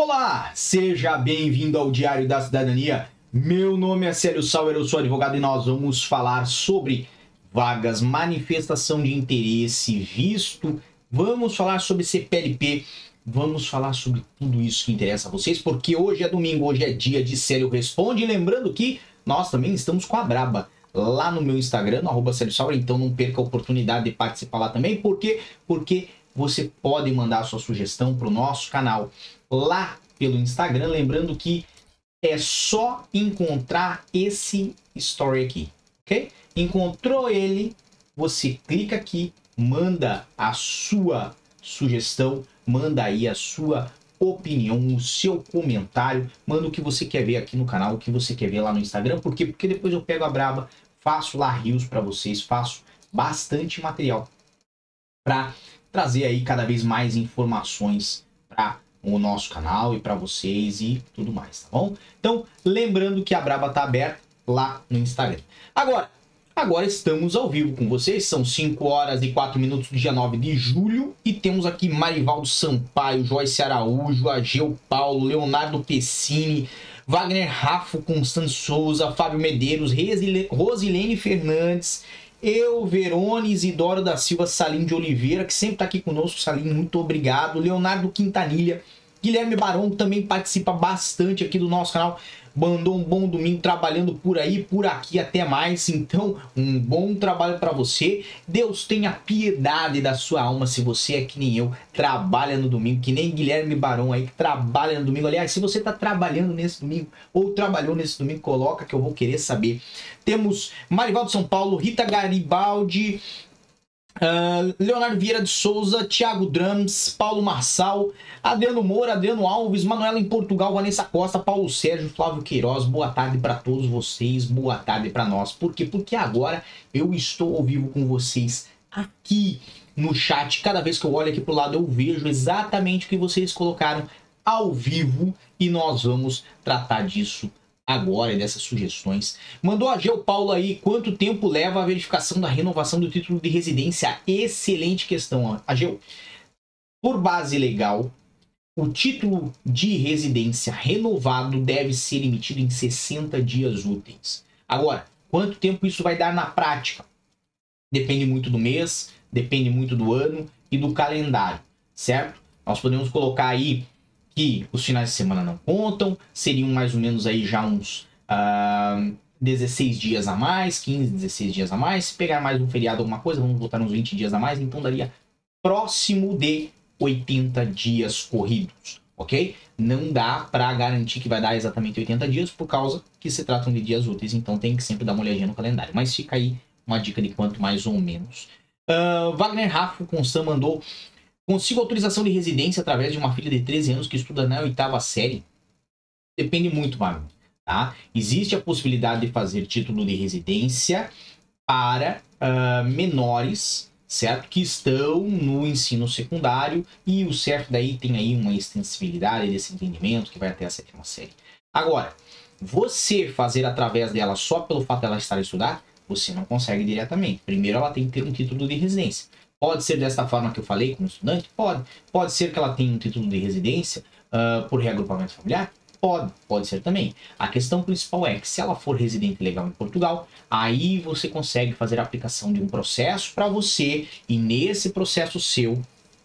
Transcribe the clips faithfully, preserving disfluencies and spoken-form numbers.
Olá, seja bem-vindo ao Diário da Cidadania. Meu nome é Célio Sauer, eu sou advogado e nós vamos falar sobre vagas, manifestação de interesse, visto, vamos falar sobre C P L P, vamos falar sobre tudo isso que interessa a vocês, porque hoje é domingo, hoje é dia de Célio Responde. Lembrando que nós também estamos com a Braba lá no meu Instagram, no arroba Célio Sauer, então não perca a oportunidade de participar lá também. Por quê? Porque você pode mandar a sua sugestão para o nosso canal lá pelo Instagram. Lembrando que é só encontrar esse story aqui, ok? Encontrou ele, você clica aqui, manda a sua sugestão, manda aí a sua opinião, o seu comentário, manda o que você quer ver aqui no canal, o que você quer ver lá no Instagram. Por quê? Porque depois eu pego a Braba, faço lá rios para vocês, faço bastante material para trazer aí cada vez mais informações para o nosso canal e para vocês e tudo mais, tá bom? Então, lembrando que a Braba tá aberta lá no Instagram. Agora, agora estamos ao vivo com vocês, são cinco horas e quatro minutos do dia nove de julho e temos aqui Marivaldo Sampaio, Joyce Araújo, Ageu Paulo, Leonardo Pessini, Wagner Raffo, Constância Souza, Fábio Medeiros, Rosilene Fernandes, eu, Verone, Isidoro da Silva, Salim de Oliveira, que sempre está aqui conosco. Salim, muito obrigado. Leonardo Quintanilha, Guilherme Barão, que também participa bastante aqui do nosso canal. Mandou um bom domingo trabalhando por aí, por aqui, até mais. Então, um bom trabalho para você. Deus tenha piedade da sua alma se você é que nem eu, trabalha no domingo, que nem Guilherme Barão aí, que trabalha no domingo. Aliás, se você está trabalhando nesse domingo ou trabalhou nesse domingo, coloca que eu vou querer saber. Temos Marivaldo São Paulo, Rita Garibaldi, Uh, Leonardo Vieira de Souza, Thiago Drams, Paulo Marçal, Adriano Moura, Adriano Alves, Manuela em Portugal, Vanessa Costa, Paulo Sérgio, Flávio Queiroz. Boa tarde para todos vocês, boa tarde para nós. Por quê? Porque agora eu estou ao vivo com vocês aqui no chat. Cada vez que eu olho aqui pro lado eu vejo exatamente o que vocês colocaram ao vivo e nós vamos tratar disso agora, dessas sugestões. Mandou a Geo Paulo aí, quanto tempo leva a verificação da renovação do título de residência? Excelente questão, Ageu. Por base legal, o título de residência renovado deve ser emitido em sessenta dias úteis. Agora, quanto tempo isso vai dar na prática? Depende muito do mês, depende muito do ano e do calendário, certo? Nós podemos colocar aí que os finais de semana não contam, seriam mais ou menos aí já uns uh, dezesseis dias a mais, quinze, dezesseis dias a mais. Se pegar mais um feriado, alguma coisa, vamos botar uns vinte dias a mais, então daria próximo de oitenta dias corridos, ok? Não dá para garantir que vai dar exatamente oitenta dias, por causa que se tratam de dias úteis, então tem que sempre dar uma olhadinha no calendário. Mas fica aí uma dica de quanto mais ou menos. Uh, Wagner Raffo Constant mandou: consigo autorização de residência através de uma filha de treze anos que estuda na oitava série? Depende muito, Wagner, tá? Existe a possibilidade de fazer título de residência para uh, menores, certo? Que estão no ensino secundário, e o certo daí tem aí uma extensibilidade desse entendimento que vai até a sétima série. Agora, você fazer através dela só pelo fato dela estar a estudar, você não consegue diretamente. Primeiro ela tem que ter um título de residência. Pode ser desta forma que eu falei, como estudante? Pode. Pode ser que ela tenha um título de residência uh, por reagrupamento familiar? Pode. Pode ser também. A questão principal é que se ela for residente legal em Portugal, aí você consegue fazer a aplicação de um processo para você, e nesse processo seu,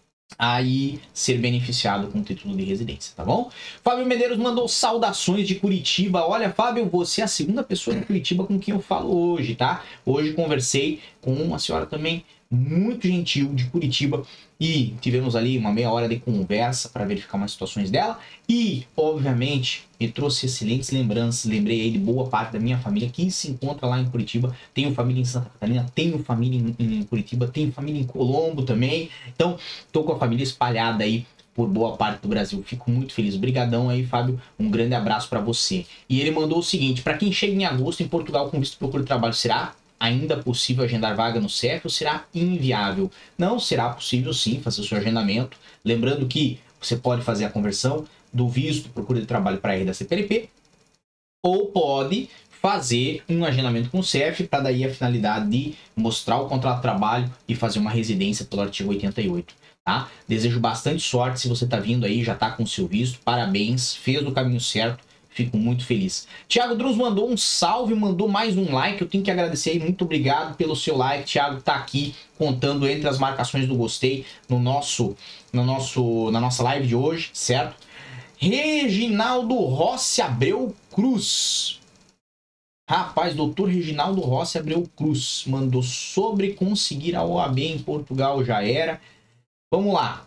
aí ser beneficiado com o título de residência, tá bom? Fábio Medeiros mandou saudações de Curitiba. Olha, Fábio, você é a segunda pessoa de Curitiba com quem eu falo hoje, tá? Hoje conversei com uma senhora também muito gentil de Curitiba e tivemos ali uma meia hora de conversa para verificar umas situações dela e, obviamente, me trouxe excelentes lembranças. Lembrei aí de boa parte da minha família que se encontra lá em Curitiba. Tenho família em Santa Catarina, tenho família em, em Curitiba, tenho família em Colombo também. Então, tô com a família espalhada aí por boa parte do Brasil. Fico muito feliz. Obrigadão aí, Fábio. Um grande abraço para você. E ele mandou o seguinte: para quem chega em agosto em Portugal com visto de procura de trabalho, será ainda possível agendar vaga no C E F ou será inviável? Não, será possível sim fazer o seu agendamento. Lembrando que você pode fazer a conversão do visto procura de trabalho para a R da C P L P, ou pode fazer um agendamento com o C E F para daí a finalidade de mostrar o contrato de trabalho e fazer uma residência pelo artigo oitenta e oito. Tá? Desejo bastante sorte se você está vindo aí, já está com o seu visto, parabéns, fez o caminho certo, fico muito feliz. Thiago Drus mandou um salve, mandou mais um like, eu tenho que agradecer aí, muito obrigado pelo seu like. Thiago tá aqui contando entre as marcações do gostei no nosso, no nosso, na nossa live de hoje, certo? Reginaldo Rossi Abreu Cruz. Rapaz, doutor Reginaldo Rossi Abreu Cruz mandou sobre conseguir a O A B em Portugal, já era. Vamos lá.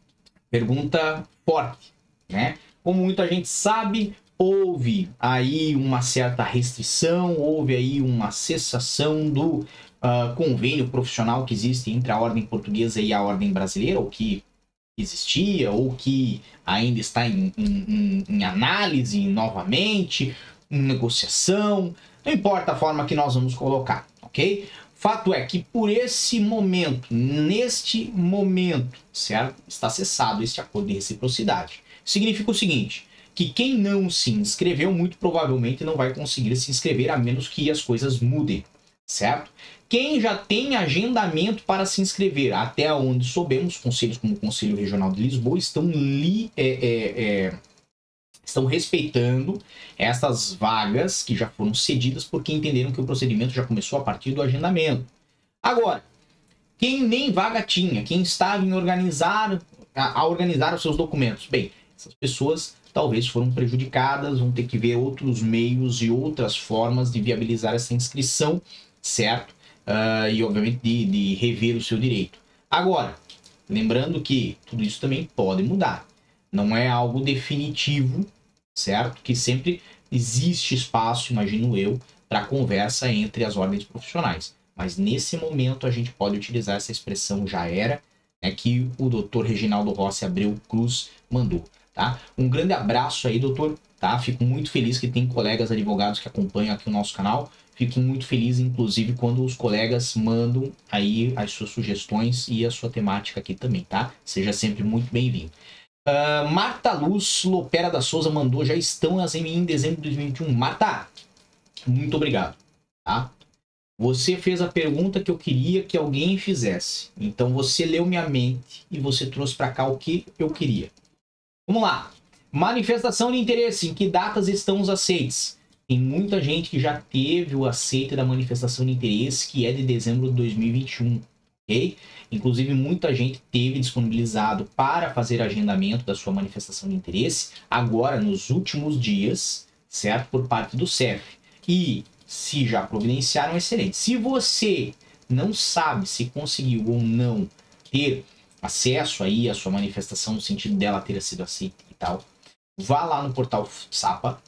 Pergunta forte, né? Como muita gente sabe, houve aí uma certa restrição, houve aí uma cessação do uh, convênio profissional que existe entre a ordem portuguesa e a ordem brasileira, ou que existia, ou que ainda está em, em, em análise novamente, em negociação, não importa a forma que nós vamos colocar, ok? Fato é que por esse momento, neste momento, certo? Está cessado este acordo de reciprocidade. Significa o seguinte, que quem não se inscreveu, muito provavelmente não vai conseguir se inscrever, a menos que as coisas mudem, certo? Quem já tem agendamento para se inscrever, até onde soubemos, conselhos como o Conselho Regional de Lisboa estão, li, é, é, é, estão respeitando essas vagas que já foram cedidas porque entenderam que o procedimento já começou a partir do agendamento. Agora, quem nem vaga tinha, quem estava em organizar, a, a organizar os seus documentos, bem, essas pessoas talvez foram prejudicadas, vão ter que ver outros meios e outras formas de viabilizar essa inscrição, certo? Uh, e obviamente de, de rever o seu direito. Agora, lembrando que tudo isso também pode mudar. Não é algo definitivo, certo? Que sempre existe espaço, imagino eu, para conversa entre as ordens profissionais. Mas nesse momento a gente pode utilizar essa expressão já era, né, que o doutor Reginaldo Rossi Abreu Cruz mandou. Tá? Um grande abraço aí, doutor. Tá? Fico muito feliz que tem colegas advogados que acompanham aqui o nosso canal. Fico muito feliz, inclusive, quando os colegas mandam aí as suas sugestões e a sua temática aqui também, tá? Seja sempre muito bem-vindo. Uh, Marta Luz Lopera da Souza mandou, já estão as M I em dezembro de dois mil e vinte e um. Marta, muito obrigado, tá? Você fez a pergunta que eu queria que alguém fizesse. Então você leu minha mente e você trouxe para cá o que eu queria. Vamos lá. Manifestação de interesse. Em que datas estão os aceites? Tem muita gente que já teve o aceite da manifestação de interesse, que é de dezembro de dois mil e vinte e um. Ok? Inclusive, muita gente teve disponibilizado para fazer agendamento da sua manifestação de interesse agora nos últimos dias, certo? Por parte do C E F. E se já providenciaram, excelente. Se você não sabe se conseguiu ou não ter acesso aí à sua manifestação no sentido dela ter sido aceita e tal, vá lá no portal Sapa,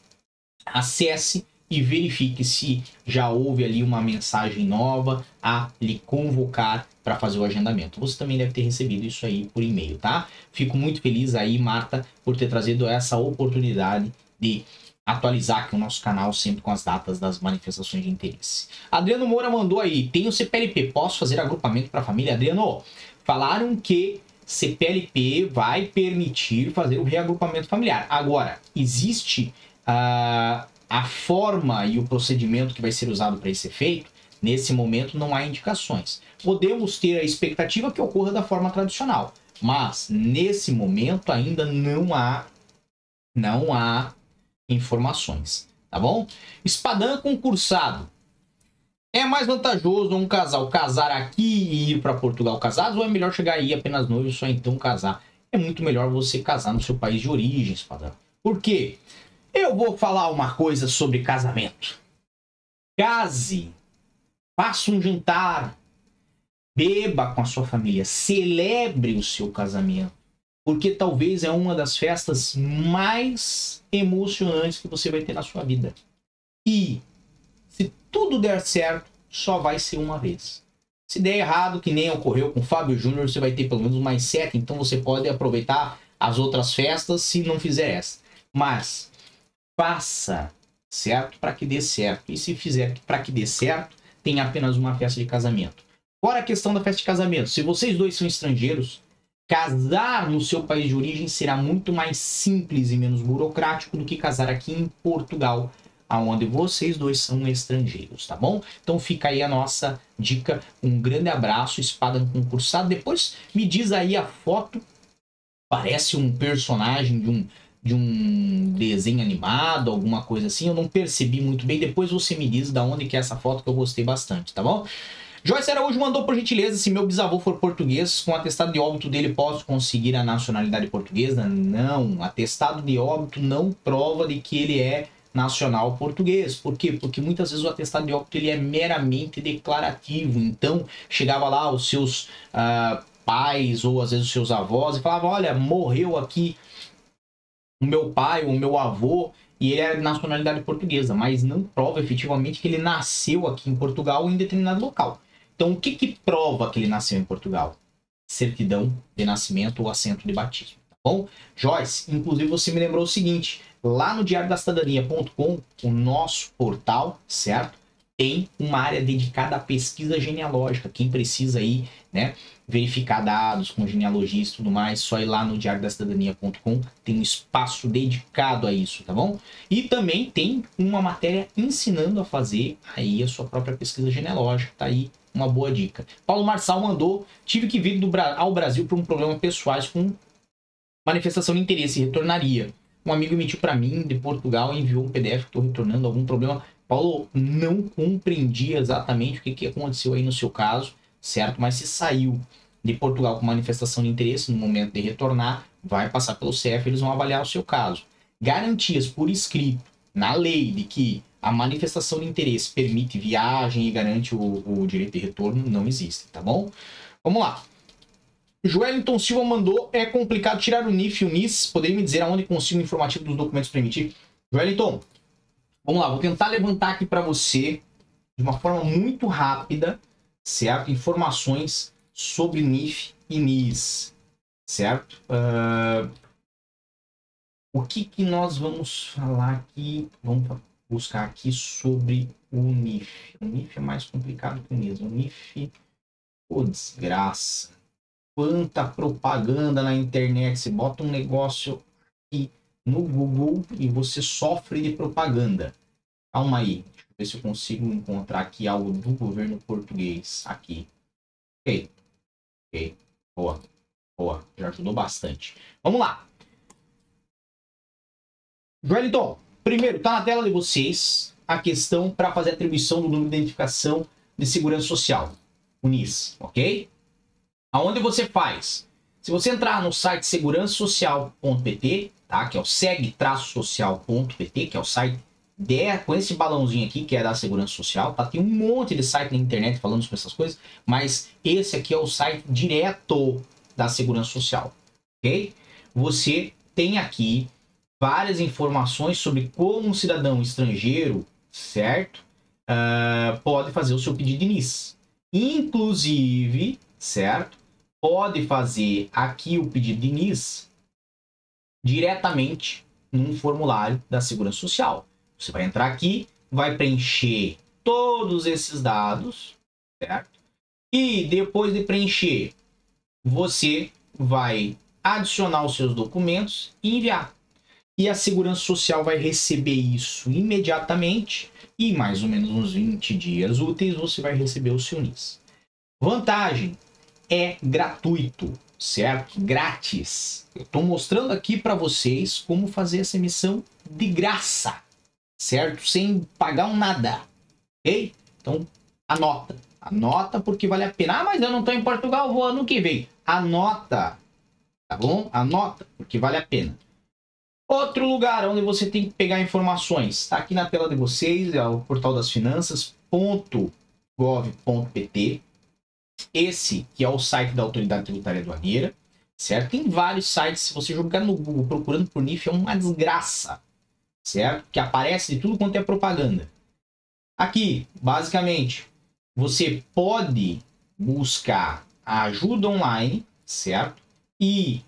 acesse e verifique se já houve ali uma mensagem nova a lhe convocar para fazer o agendamento. Você também deve ter recebido isso aí por e-mail, tá? Fico muito feliz aí, Marta, por ter trazido essa oportunidade de atualizar aqui o nosso canal sempre com as datas das manifestações de interesse. Adriano Moura mandou aí, tem o C P L P, posso fazer agrupamento para a família? Adriano, falaram que C P L P vai permitir fazer o reagrupamento familiar. Agora, existe uh, a forma e o procedimento que vai ser usado para esse efeito? Nesse momento não há indicações. Podemos ter a expectativa que ocorra da forma tradicional, mas nesse momento ainda não há, não há informações, tá bom? Espadã concursado. É mais vantajoso um casal casar aqui e ir para Portugal casados, ou é melhor chegar aí apenas noivo e só então casar? É muito melhor você casar no seu país de origem, Espadã. Por quê? Eu vou falar uma coisa sobre casamento. Case, faça um jantar, beba com a sua família, celebre o seu casamento, porque talvez é uma das festas mais emocionantes que você vai ter na sua vida. E se tudo der certo, só vai ser uma vez. Se der errado, que nem ocorreu com o Fábio Júnior, você vai ter pelo menos mais sete, então você pode aproveitar as outras festas se não fizer essa. Mas faça, certo? Para que dê certo. E se fizer para que dê certo, tem apenas uma festa de casamento. Agora a questão da festa de casamento. Se vocês dois são estrangeiros, casar no seu país de origem será muito mais simples e menos burocrático do que casar aqui em Portugal, aonde vocês dois são estrangeiros, tá bom? Então fica aí a nossa dica. Um grande abraço, espada concursado. Depois me diz aí a foto. Parece um personagem de um, de um desenho animado, alguma coisa assim. Eu não percebi muito bem. Depois você me diz da onde que é essa foto, que eu gostei bastante, tá bom? Joyce Araújo mandou por gentileza: se meu bisavô for português, com o atestado de óbito dele posso conseguir a nacionalidade portuguesa? Não, atestado de óbito não prova de que ele é nacional português. Por quê? Porque muitas vezes o atestado de óbito ele é meramente declarativo. Então, chegava lá os seus uh, pais ou às vezes os seus avós e falavam: olha, morreu aqui o meu pai ou o meu avô, e ele é de nacionalidade portuguesa, mas não prova efetivamente que ele nasceu aqui em Portugal em determinado local. Então, o que que prova que ele nasceu em Portugal? Certidão de nascimento ou assento de batismo, tá bom? Joyce, inclusive você me lembrou o seguinte: lá no diário da cidadania ponto com, o nosso portal, certo? Tem uma área dedicada à pesquisa genealógica. Quem precisa aí, né, verificar dados com genealogia e tudo mais, só ir lá no diário da cidadania ponto com, tem um espaço dedicado a isso, tá bom? E também tem uma matéria ensinando a fazer aí a sua própria pesquisa genealógica, tá aí uma boa dica. Paulo Marçal mandou: tive que vir do Bra- ao Brasil por um problema pessoais com manifestação de interesse e retornaria. Um amigo emitiu para mim de Portugal e enviou um P D F que estou retornando. Algum problema? Paulo, não compreendi exatamente o que, que aconteceu aí no seu caso, certo? Mas se saiu de Portugal com manifestação de interesse, no momento de retornar, vai passar pelo C F, eles vão avaliar o seu caso. Garantias por escrito na lei de que a manifestação de interesse permite viagem e garante o, o direito de retorno não existe, tá bom? Vamos lá. Joelinton Silva mandou: é complicado tirar o N I F e o N I S. Poderia me dizer aonde consigo o informativo dos documentos para emitir? Joelinton, vamos lá. Vou tentar levantar aqui para você, de uma forma muito rápida, certo? Informações sobre N I F e N I S, certo? Uh... O que que nós vamos falar aqui? Vamos buscar aqui sobre o N I F. O N I F é mais complicado que o N I S. O N I F, pô, desgraça. Quanta propaganda na internet. Você bota um negócio aqui no Google e você sofre de propaganda. Calma aí. Deixa eu ver se eu consigo encontrar aqui algo do governo português. Aqui. Ok. Ok. Boa. Boa. Já ajudou bastante. Vamos lá. Joelito, primeiro, tá na tela de vocês a questão para fazer a atribuição do número de identificação de segurança social. O N I S, ok? Aonde você faz? Se você entrar no site segurança social ponto pt, tá? Que é o seg social ponto pt, que é o site de, com esse balãozinho aqui, que é da segurança social, tá? Tem um monte de site na internet falando sobre essas coisas, mas esse aqui é o site direto da segurança social, ok? Você tem aqui várias informações sobre como um cidadão estrangeiro, certo? Uh, pode fazer o seu pedido de N I S. Inclusive, certo? Pode fazer aqui o pedido de N I S diretamente num formulário da Segurança Social. Você vai entrar aqui, vai preencher todos esses dados, certo? E depois de preencher, você vai adicionar os seus documentos e enviar. E a Segurança Social vai receber isso imediatamente e mais ou menos uns vinte dias úteis você vai receber o seu N I S. Vantagem: é gratuito, certo? Grátis. Eu estou mostrando aqui para vocês como fazer essa emissão de graça, certo? Sem pagar um nada, ok? Então, anota. Anota porque vale a pena. Ah, mas eu não estou em Portugal, vou ano que vem. Anota, tá bom? Anota, porque vale a pena. Outro lugar onde você tem que pegar informações, está aqui na tela de vocês, é o portal das finanças ponto gov ponto pt. Esse que é o site da Autoridade Tributária Aduaneira, certo? Tem vários sites, se você jogar no Google procurando por N I F, é uma desgraça, certo? Que aparece de tudo quanto é propaganda. Aqui, basicamente, você pode buscar a ajuda online, certo? E,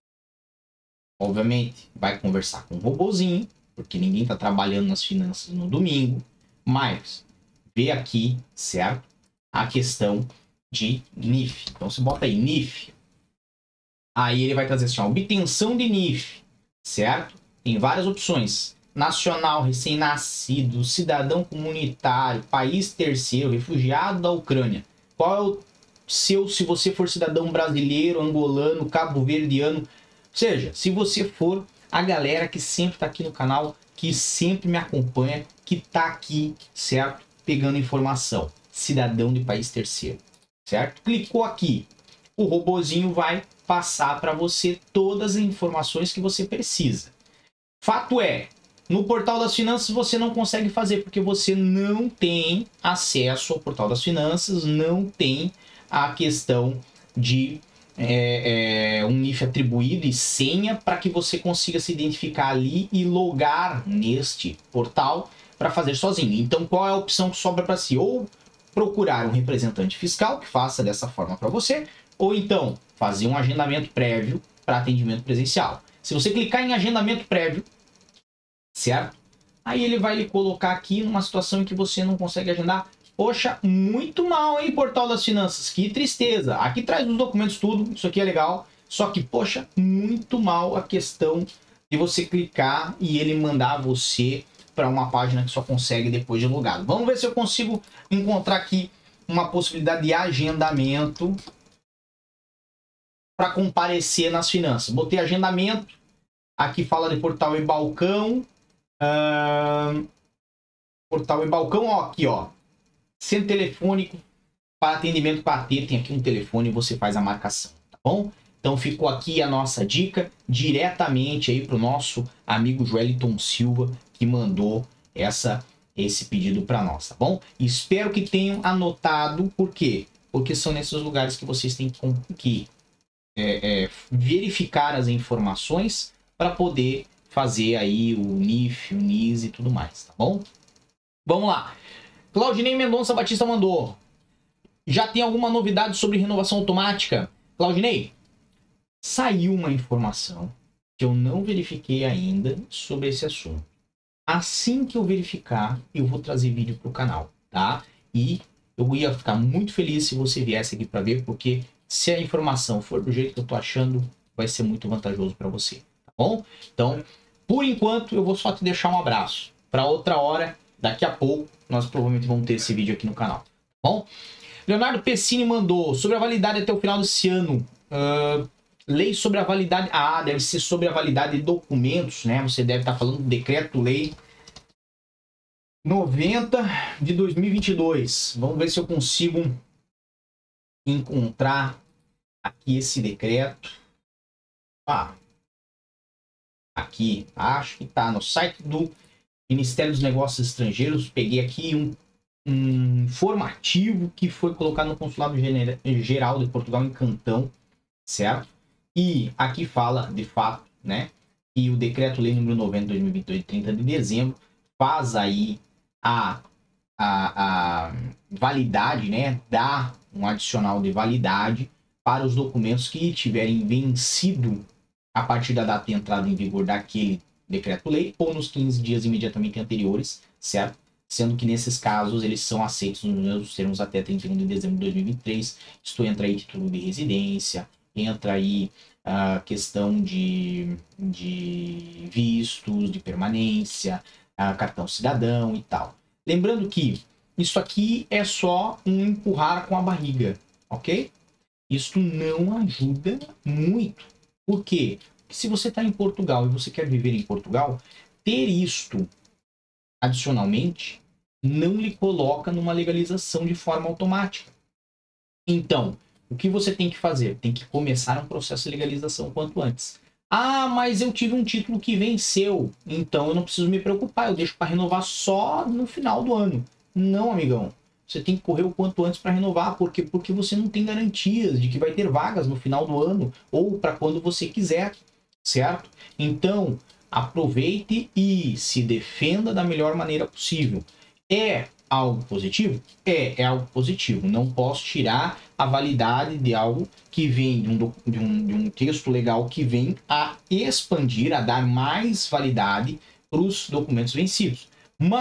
obviamente, vai conversar com um robozinho, porque ninguém está trabalhando nas finanças no domingo, mas vê aqui, certo? A questão de N I F. Então você bota aí N I F. Aí ele vai trazer assim, ó, obtenção de N I F, certo? Tem várias opções. nacional, recém-nascido, cidadão comunitário, país terceiro, refugiado da Ucrânia. Qual é o seu, se você for cidadão brasileiro, angolano, cabo-verdiano, ou seja, se você for a galera que sempre está aqui no canal, que sempre me acompanha, que está aqui, certo? Pegando informação. Cidadão de país terceiro, certo? Clicou aqui, o robozinho vai passar para você todas as informações que você precisa. Fato é, no Portal das Finanças você não consegue fazer, porque você não tem acesso ao Portal das Finanças, não tem a questão de é, é, um N I F atribuído e senha para que você consiga se identificar ali e logar neste portal para fazer sozinho. Então qual é a opção que sobra para si? Ou procurar um representante fiscal que faça dessa forma para você, ou então fazer um agendamento prévio para atendimento presencial. Se você clicar em agendamento prévio, certo? Aí ele vai lhe colocar aqui numa situação em que você não consegue agendar. Poxa, muito mal, hein, Portal das Finanças? Que tristeza. Aqui traz os documentos tudo, isso aqui é legal. Só que, poxa, muito mal a questão de você clicar e ele mandar você para uma página que só consegue depois de logado. Vamos ver se eu consigo encontrar aqui uma possibilidade de agendamento para comparecer nas finanças. Botei agendamento, aqui fala de portal e balcão. Uh, portal e balcão, ó, aqui, ó. Centro telefônico para atendimento para ter, tem aqui um telefone e você faz a marcação, tá bom? Então ficou aqui a nossa dica diretamente aí para o nosso amigo Joeliton Silva, que mandou essa, esse pedido para nós, tá bom? Espero que tenham anotado, por quê? Porque são nesses lugares que vocês têm que, que é, é, verificar as informações para poder fazer aí o N I F, o N I S e tudo mais, tá bom? Vamos lá. Claudinei Mendonça Batista mandou. Já tem alguma novidade sobre renovação automática? Claudinei, saiu uma informação que eu não verifiquei ainda sobre esse assunto. Assim que eu verificar, eu vou trazer vídeo para o canal, tá? E eu ia ficar muito feliz se você viesse aqui para ver, porque se a informação for do jeito que eu tô achando, vai ser muito vantajoso para você, tá bom? Então, por enquanto, eu vou só te deixar um abraço. Para outra hora, daqui a pouco, nós provavelmente vamos ter esse vídeo aqui no canal, tá bom? Leonardo Pessini mandou sobre a validade até o final desse ano. Uh, lei sobre a validade... Ah, deve ser sobre a validade de documentos, né? Você deve estar falando do decreto-lei noventa de dois mil e vinte e dois. Vamos ver se eu consigo encontrar aqui esse decreto. Ah, aqui, acho que está no site do Ministério dos Negócios Estrangeiros. Peguei aqui um, um informativo que foi colocado no Consulado Geral de Portugal em Cantão, certo? E aqui fala, de fato, né, que o Decreto-Lei número noventa de dois mil e vinte e dois, de trinta de dezembro, faz aí a, a, a validade, né, dá um adicional de validade para os documentos que tiverem vencido a partir da data de entrada em vigor daquele decreto-lei ou nos quinze dias imediatamente anteriores, certo? Sendo que nesses casos eles são aceitos nos mesmos termos até trinta e um de dezembro de dois mil e vinte e três. Isto entra aí título de residência, entra aí a questão de, de vistos, de permanência, a cartão cidadão e tal. Lembrando que isso aqui é só um empurrar com a barriga, ok? Isso não ajuda muito. Por quê? Porque se você está em Portugal e você quer viver em Portugal, ter isto adicionalmente não lhe coloca numa legalização de forma automática. Então, o que você tem que fazer? Tem que começar um processo de legalização quanto antes. Ah, mas eu tive um título que venceu, então eu não preciso me preocupar, eu deixo para renovar só no final do ano. Não, amigão. Você tem que correr o quanto antes para renovar, porque porque você não tem garantias de que vai ter vagas no final do ano ou para quando você quiser, certo? Então, aproveite e se defenda da melhor maneira possível. É algo positivo? É, é algo positivo. Não posso tirar a validade de algo que vem de um, de um, de um texto legal que vem a expandir, a dar mais validade para os documentos vencidos.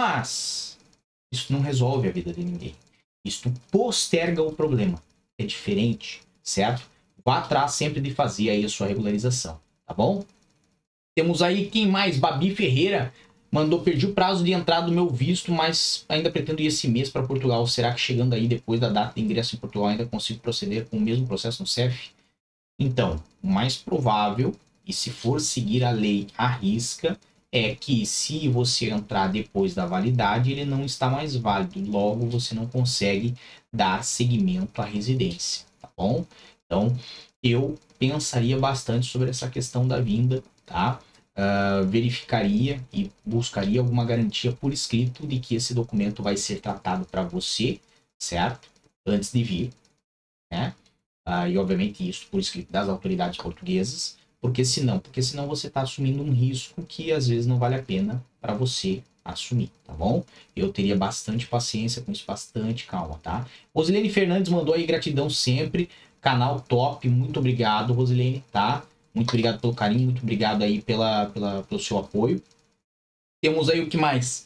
Mas isso não resolve a vida de ninguém. Isso posterga o problema. É diferente, certo? Vá atrás sempre de fazer aí a sua regularização, tá bom? Temos aí quem mais? Babi Ferreira. Mandou, perdi o prazo de entrada do meu visto, mas ainda pretendo ir esse mês para Portugal. Será que chegando aí depois da data de ingresso em Portugal ainda consigo proceder com o mesmo processo no C E F? Então, o mais provável, e se for seguir a lei à risca, é que se você entrar depois da validade, ele não está mais válido. Logo, você não consegue dar seguimento à residência, tá bom? Então, eu pensaria bastante sobre essa questão da vinda, tá? Uh, verificaria e buscaria alguma garantia por escrito de que esse documento vai ser tratado para você, certo? Antes de vir, né? Uh, e obviamente isso por escrito das autoridades portuguesas, porque senão, porque senão você está assumindo um risco que às vezes não vale a pena para você assumir, tá bom? Eu teria bastante paciência com isso, bastante calma, tá? Rosilene Fernandes mandou aí, gratidão sempre, canal top, muito obrigado, Rosilene, tá? Muito obrigado pelo carinho, muito obrigado aí pela, pela, pelo seu apoio. Temos aí o que mais?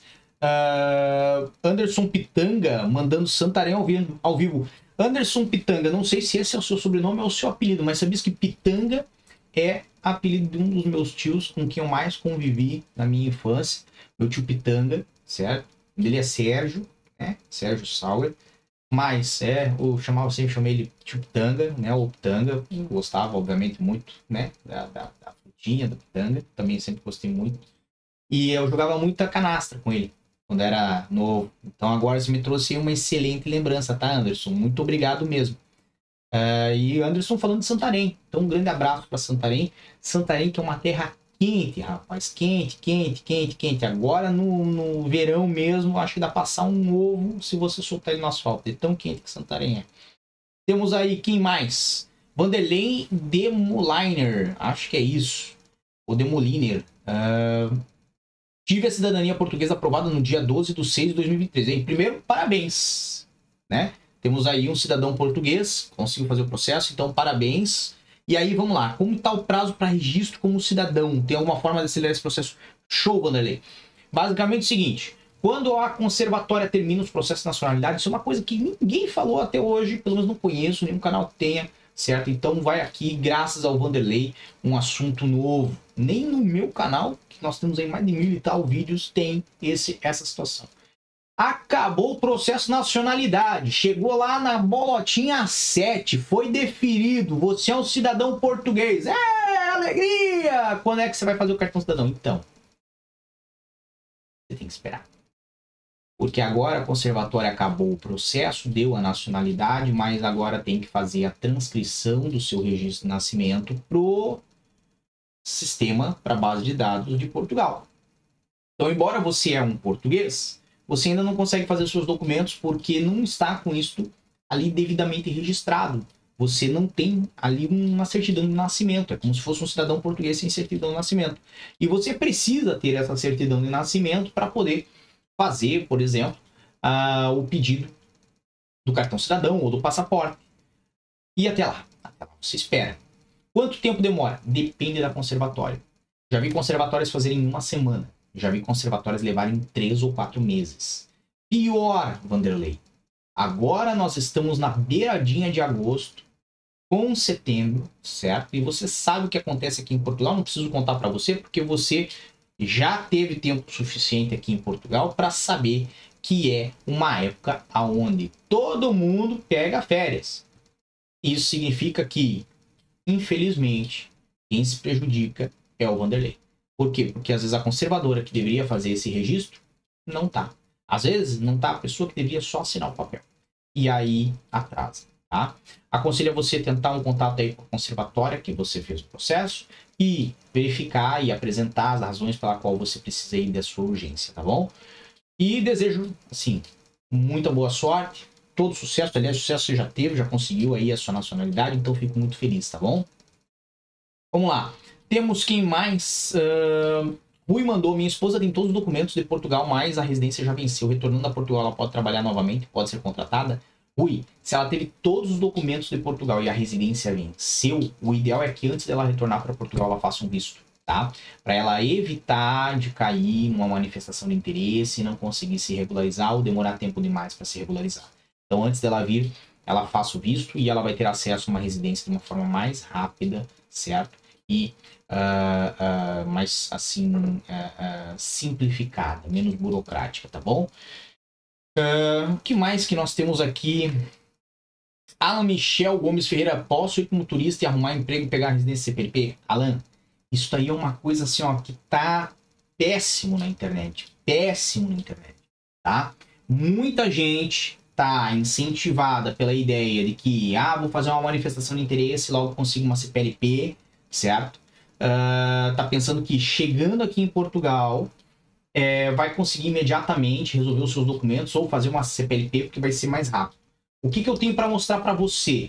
Uh, Anderson Pitanga mandando Santarém ao vivo, ao vivo. Anderson Pitanga, não sei se esse é o seu sobrenome ou o seu apelido, mas sabia que Pitanga é apelido de um dos meus tios com quem eu mais convivi na minha infância. Meu tio Pitanga, certo? Ele é Sérgio, né? Sérgio Sauer. Mas, é, eu chamava, sempre chamei ele tio Pitanga, né? Ou Pitanga. Eu gostava, obviamente, muito, né? Da, da, da frutinha, da Pitanga. Também sempre gostei muito. E eu jogava muita canastra com ele, quando era novo. Então agora você me trouxe uma excelente lembrança, tá, Anderson? Muito obrigado mesmo. Uh, e Anderson falando de Santarém. Então um grande abraço para Santarém. Santarém que é uma terra quente, rapaz. Quente, quente, quente, quente. Agora no, no verão mesmo, acho que dá pra passar um ovo se você soltar ele no asfalto. É tão quente que Santarém é. Temos aí quem mais? Vanderlei Demoliner. Acho que é isso. O Demoliner. Uh, tive a cidadania portuguesa aprovada no dia doze de seis de dois mil e vinte e três. Hein? Primeiro, parabéns, né? Temos aí um cidadão português, conseguiu fazer o processo, então parabéns. E aí, vamos lá. Como está o prazo para registro como cidadão? Tem alguma forma de acelerar esse processo? Show, Vanderlei. Basicamente é o seguinte, quando a conservatória termina os processos de nacionalidade, isso é uma coisa que ninguém falou até hoje, pelo menos não conheço, nenhum canal que tenha, certo? Então vai aqui, graças ao Vanderlei, um assunto novo. Nem no meu canal, que nós temos aí mais de mil e tal vídeos, tem esse, essa situação. Acabou o processo de nacionalidade, chegou lá na bolotinha sete, foi deferido, você é um cidadão português. É, alegria! Quando é que você vai fazer o cartão cidadão? Então, você tem que esperar. Porque agora a conservatória acabou o processo, deu a nacionalidade, mas agora tem que fazer a transcrição do seu registro de nascimento pro sistema, para a base de dados de Portugal. Então, embora você é um português, você ainda não consegue fazer seus documentos porque não está com isso ali devidamente registrado. Você não tem ali uma certidão de nascimento. É como se fosse um cidadão português sem certidão de nascimento. E você precisa ter essa certidão de nascimento para poder fazer, por exemplo, uh, o pedido do cartão cidadão ou do passaporte. E até lá, até lá você espera. Quanto tempo demora? Depende da conservatória. Já vi conservatórias fazerem em uma semana. Já vi conservatórias levarem três ou quatro meses. Pior, Vanderlei. Agora nós estamos na beiradinha de agosto, com setembro, certo? E você sabe o que acontece aqui em Portugal. Não preciso contar para você, porque você já teve tempo suficiente aqui em Portugal para saber que é uma época onde todo mundo pega férias. Isso significa que, infelizmente, quem se prejudica é o Vanderlei. Por quê? Porque às vezes a conservadora que deveria fazer esse registro não tá. Às vezes não tá a pessoa que deveria só assinar o papel. E aí atrasa, tá? Aconselho você tentar um contato aí com a conservatória que você fez o processo e verificar e apresentar as razões pela qual você precisa ir da sua urgência, tá bom? E desejo, assim, muita boa sorte, todo sucesso. Aliás, sucesso você já teve, já conseguiu aí a sua nacionalidade, então fico muito feliz, tá bom? Vamos lá. Temos quem mais? Uh, Rui mandou, minha esposa tem todos os documentos de Portugal, mas a residência já venceu. Retornando a Portugal, ela pode trabalhar novamente, pode ser contratada? Rui, se ela teve todos os documentos de Portugal e a residência venceu, o ideal é que antes dela retornar para Portugal, ela faça um visto, tá? Para ela evitar de cair numa manifestação de interesse, não conseguir se regularizar ou demorar tempo demais para se regularizar. Então, antes dela vir, ela faça o visto e ela vai ter acesso a uma residência de uma forma mais rápida, certo? e uh, uh, mais assim uh, uh, simplificada, menos burocrática, tá bom? O uh, que mais que nós temos aqui? Alan Michel Gomes Ferreira, posso ir como turista e arrumar emprego e pegar residência C P L P? Alan, isso aí é uma coisa assim, ó, que tá péssimo na internet. Péssimo na internet, tá? Muita gente tá incentivada pela ideia de que, ah, vou fazer uma manifestação de interesse, logo consigo uma C P L P, certo? Uh, tá pensando que chegando aqui em Portugal, é, vai conseguir imediatamente resolver os seus documentos ou fazer uma C P L P porque vai ser mais rápido. O que, que eu tenho para mostrar para você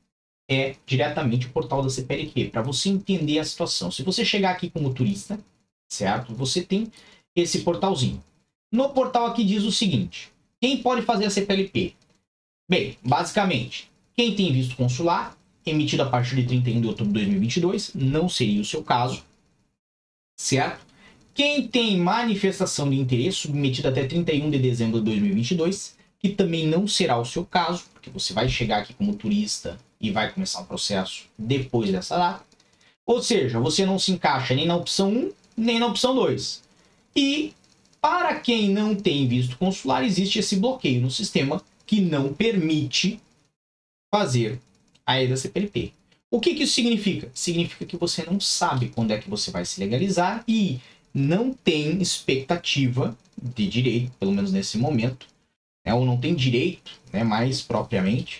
é diretamente o portal da C P L P, para você entender a situação. Se você chegar aqui como turista, certo? Você tem esse portalzinho. No portal aqui diz o seguinte: quem pode fazer a C P L P? Bem, basicamente, quem tem visto consular, emitido a partir de trinta e um de outubro de dois mil e vinte e dois, não seria o seu caso, certo? Quem tem manifestação de interesse submetida até trinta e um de dezembro de dois mil e vinte e dois, que também não será o seu caso, porque você vai chegar aqui como turista e vai começar o processo depois dessa data. Ou seja, você não se encaixa nem na opção um, nem na opção dois. E para quem não tem visto consular, existe esse bloqueio no sistema que não permite fazer a E D A C P L P. O que, que isso significa? Significa que você não sabe quando é que você vai se legalizar e não tem expectativa de direito, pelo menos nesse momento, né, ou não tem direito, né, mais propriamente,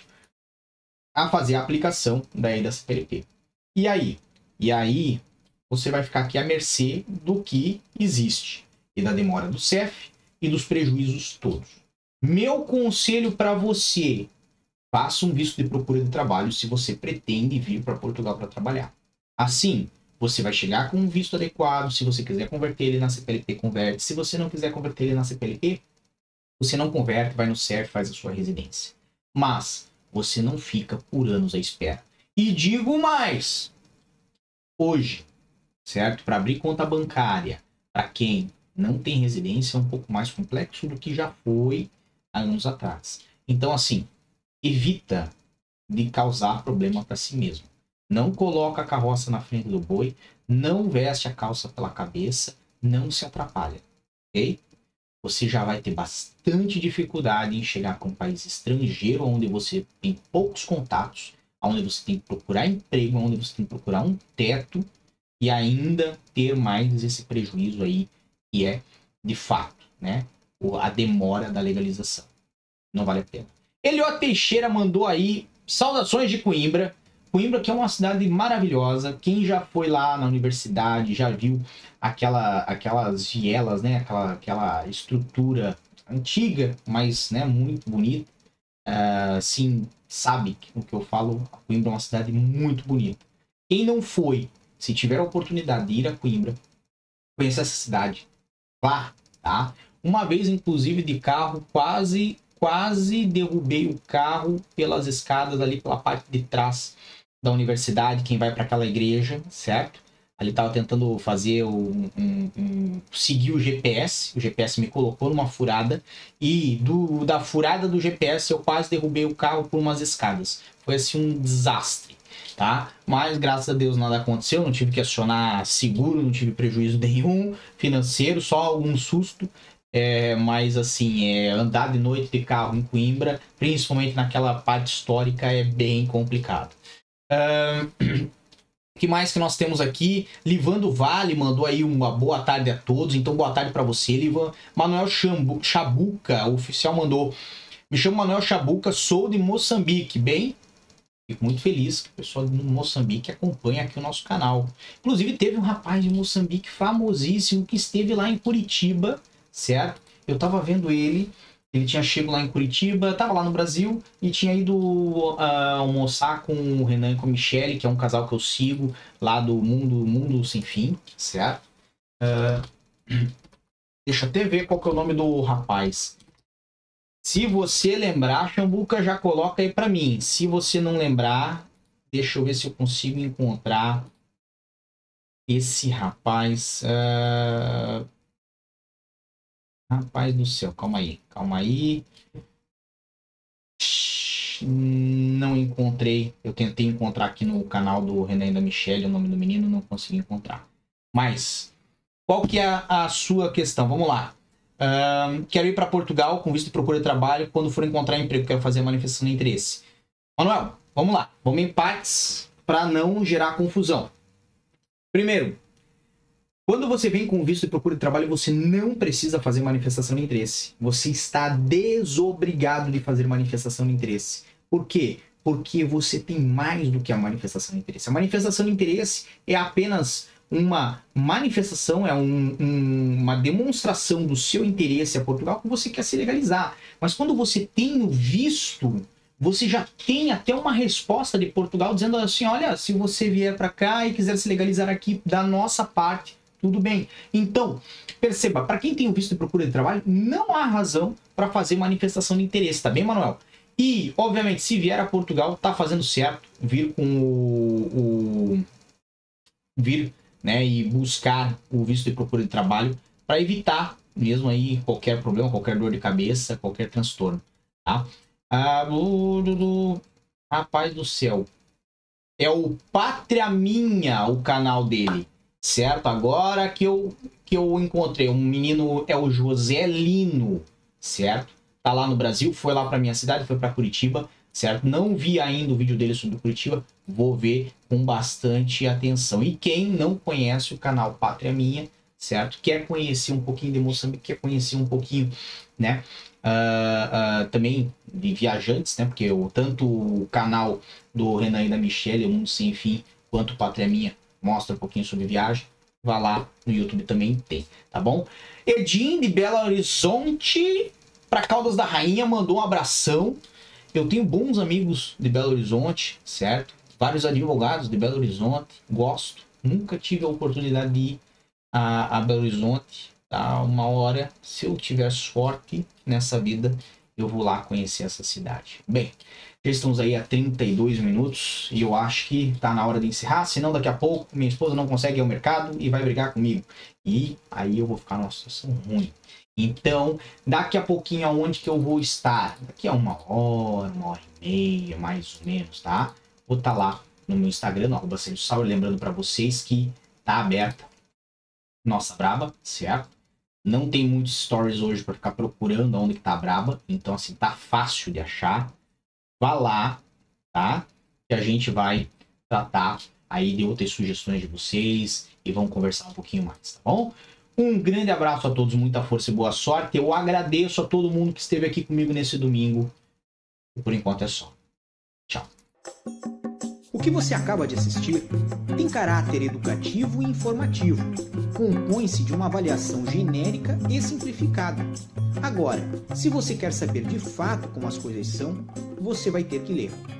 a fazer a aplicação da E D A C P L P. E aí? E aí você vai ficar aqui à mercê do que existe e da demora do C E F e dos prejuízos todos. Meu conselho para você: faça um visto de procura de trabalho se você pretende vir para Portugal para trabalhar. Assim, você vai chegar com um visto adequado. Se você quiser converter ele na C P L P, converte. Se você não quiser converter ele na C P L P, você não converte, vai no C E F, faz a sua residência. Mas você não fica por anos à espera. E digo mais: hoje, certo? Para abrir conta bancária, para quem não tem residência, é um pouco mais complexo do que já foi há anos atrás. Então, assim, evita de causar problema para si mesmo. Não coloca a carroça na frente do boi, não veste a calça pela cabeça, não se atrapalha, ok? Você já vai ter bastante dificuldade em chegar para um país estrangeiro, onde você tem poucos contatos, onde você tem que procurar emprego, onde você tem que procurar um teto e ainda ter mais esse prejuízo aí, que é, de fato, né, a demora da legalização. Não vale a pena. Eliot Teixeira mandou aí saudações de Coimbra. Coimbra, que é uma cidade maravilhosa. Quem já foi lá na universidade, já viu aquela, aquelas vielas, né? Aquela, aquela estrutura antiga, mas, né, muito bonita. Uh, sim, sabe o que eu falo. A Coimbra é uma cidade muito bonita. Quem não foi, se tiver a oportunidade de ir a Coimbra, conhecer essa cidade, vá, tá? Uma vez, inclusive, de carro, quase... Quase derrubei o carro pelas escadas ali pela parte de trás da universidade, quem vai para aquela igreja, certo? Ali estava tentando fazer um, um, um, seguir o G P S, o G P S me colocou numa furada e do, da furada do G P S eu quase derrubei o carro por umas escadas. Foi assim um desastre, tá? Mas graças a Deus nada aconteceu, não tive que acionar seguro, não tive prejuízo nenhum financeiro, só algum susto. É, mas assim, é, andar de noite de carro em Coimbra, principalmente naquela parte histórica, é bem complicado. O uh, que mais que nós temos aqui? Livando Vale mandou aí uma boa tarde a todos, então boa tarde para você, Livan. Manuel Chambu, Chabuca, o oficial, mandou: me chamo Manuel Chabuca, sou de Moçambique. Bem, fico muito feliz que o pessoal de Moçambique acompanha aqui o nosso canal. Inclusive teve um rapaz de Moçambique famosíssimo que esteve lá em Curitiba, certo? Eu tava vendo ele, ele tinha chegado lá em Curitiba, tava lá no Brasil e tinha ido uh, almoçar com o Renan e com a Michelle, que é um casal que eu sigo lá do Mundo, Mundo Sem Fim, certo? Uh, deixa eu até ver qual que é o nome do rapaz. Se você lembrar, Chambuca, já coloca aí pra mim. Se você não lembrar, deixa eu ver se eu consigo encontrar esse rapaz... Uh... Rapaz do céu, calma aí, calma aí. Horizonte, não encontrei. Eu tentei encontrar aqui no canal do Renan e da Michelle o nome do menino, não consegui encontrar. Mas, qual que é a, a sua questão? Vamos lá. Um, quero ir para Portugal com visto de procura de trabalho. Quando for encontrar emprego, quero fazer a manifestação de interesse. Manuel, vamos lá. Vamos em partes para não gerar confusão. Primeiro, quando você vem com visto de procura de trabalho, você não precisa fazer manifestação de interesse. Você está desobrigado de fazer manifestação de interesse. Por quê? Porque você tem mais do que a manifestação de interesse. A manifestação de interesse é apenas uma manifestação, é um, um, uma demonstração do seu interesse a Portugal que você quer se legalizar. Mas quando você tem o visto, você já tem até uma resposta de Portugal dizendo assim, olha, se você vier para cá e quiser se legalizar aqui da nossa parte, tudo bem. Então, perceba, para quem tem o visto de procura de trabalho, não há razão para fazer manifestação de interesse, tá bem, Manuel? E, obviamente, se vier a Portugal, tá fazendo certo vir com o... o vir, né, e buscar o visto de procura de trabalho para evitar mesmo aí qualquer problema, qualquer dor de cabeça, qualquer transtorno, tá? Ah, do, do, do... Rapaz do céu. É o Pátria Minha, o canal dele. Certo? Agora que eu, que eu encontrei. Um menino é o José Lino. Certo? Tá lá no Brasil. Foi lá pra minha cidade. Foi pra Curitiba. Certo? Não vi ainda o vídeo dele sobre Curitiba. Vou ver com bastante atenção. E quem não conhece o canal Pátria Minha, certo? Quer conhecer um pouquinho de Moçambique, quer conhecer um pouquinho, né? Uh, uh, também de viajantes, né? Porque o, tanto o canal do Renan e da Michelle, O Mundo Sem Fim, quanto o Pátria Minha, mostra um pouquinho sobre viagem. Vá lá no YouTube também tem, tá bom? Edinho de Belo Horizonte para Caldas da Rainha mandou um abração. Eu tenho bons amigos de Belo Horizonte, certo? Vários advogados de Belo Horizonte, gosto. Nunca tive a oportunidade de ir a, a Belo Horizonte. Tá? Uma hora, se eu tiver sorte nessa vida, eu vou lá conhecer essa cidade. Bem, já estamos aí a trinta e dois minutos e eu acho que tá na hora de encerrar, senão daqui a pouco minha esposa não consegue ir ao mercado e vai brigar comigo. E aí eu vou ficar numa situação ruim. Então, daqui a pouquinho aonde que eu vou estar? Daqui a uma hora, uma hora e meia, mais ou menos, tá? Vou estar lá no meu Instagram, no arroba Sérgio Sauer, lembrando para vocês que tá aberta nossa Braba, certo? Não tem muitos stories hoje para ficar procurando onde que tá a Braba, então assim, tá fácil de achar. Vá lá, tá? Que a gente vai tratar aí de outras sugestões de vocês e vamos conversar um pouquinho mais, tá bom? Um grande abraço a todos, muita força e boa sorte. Eu agradeço a todo mundo que esteve aqui comigo nesse domingo. E por enquanto é só. Tchau. O que você acaba de assistir tem caráter educativo e informativo. Compõe-se de uma avaliação genérica e simplificada. Agora, se você quer saber de fato como as coisas são, você vai ter que ler.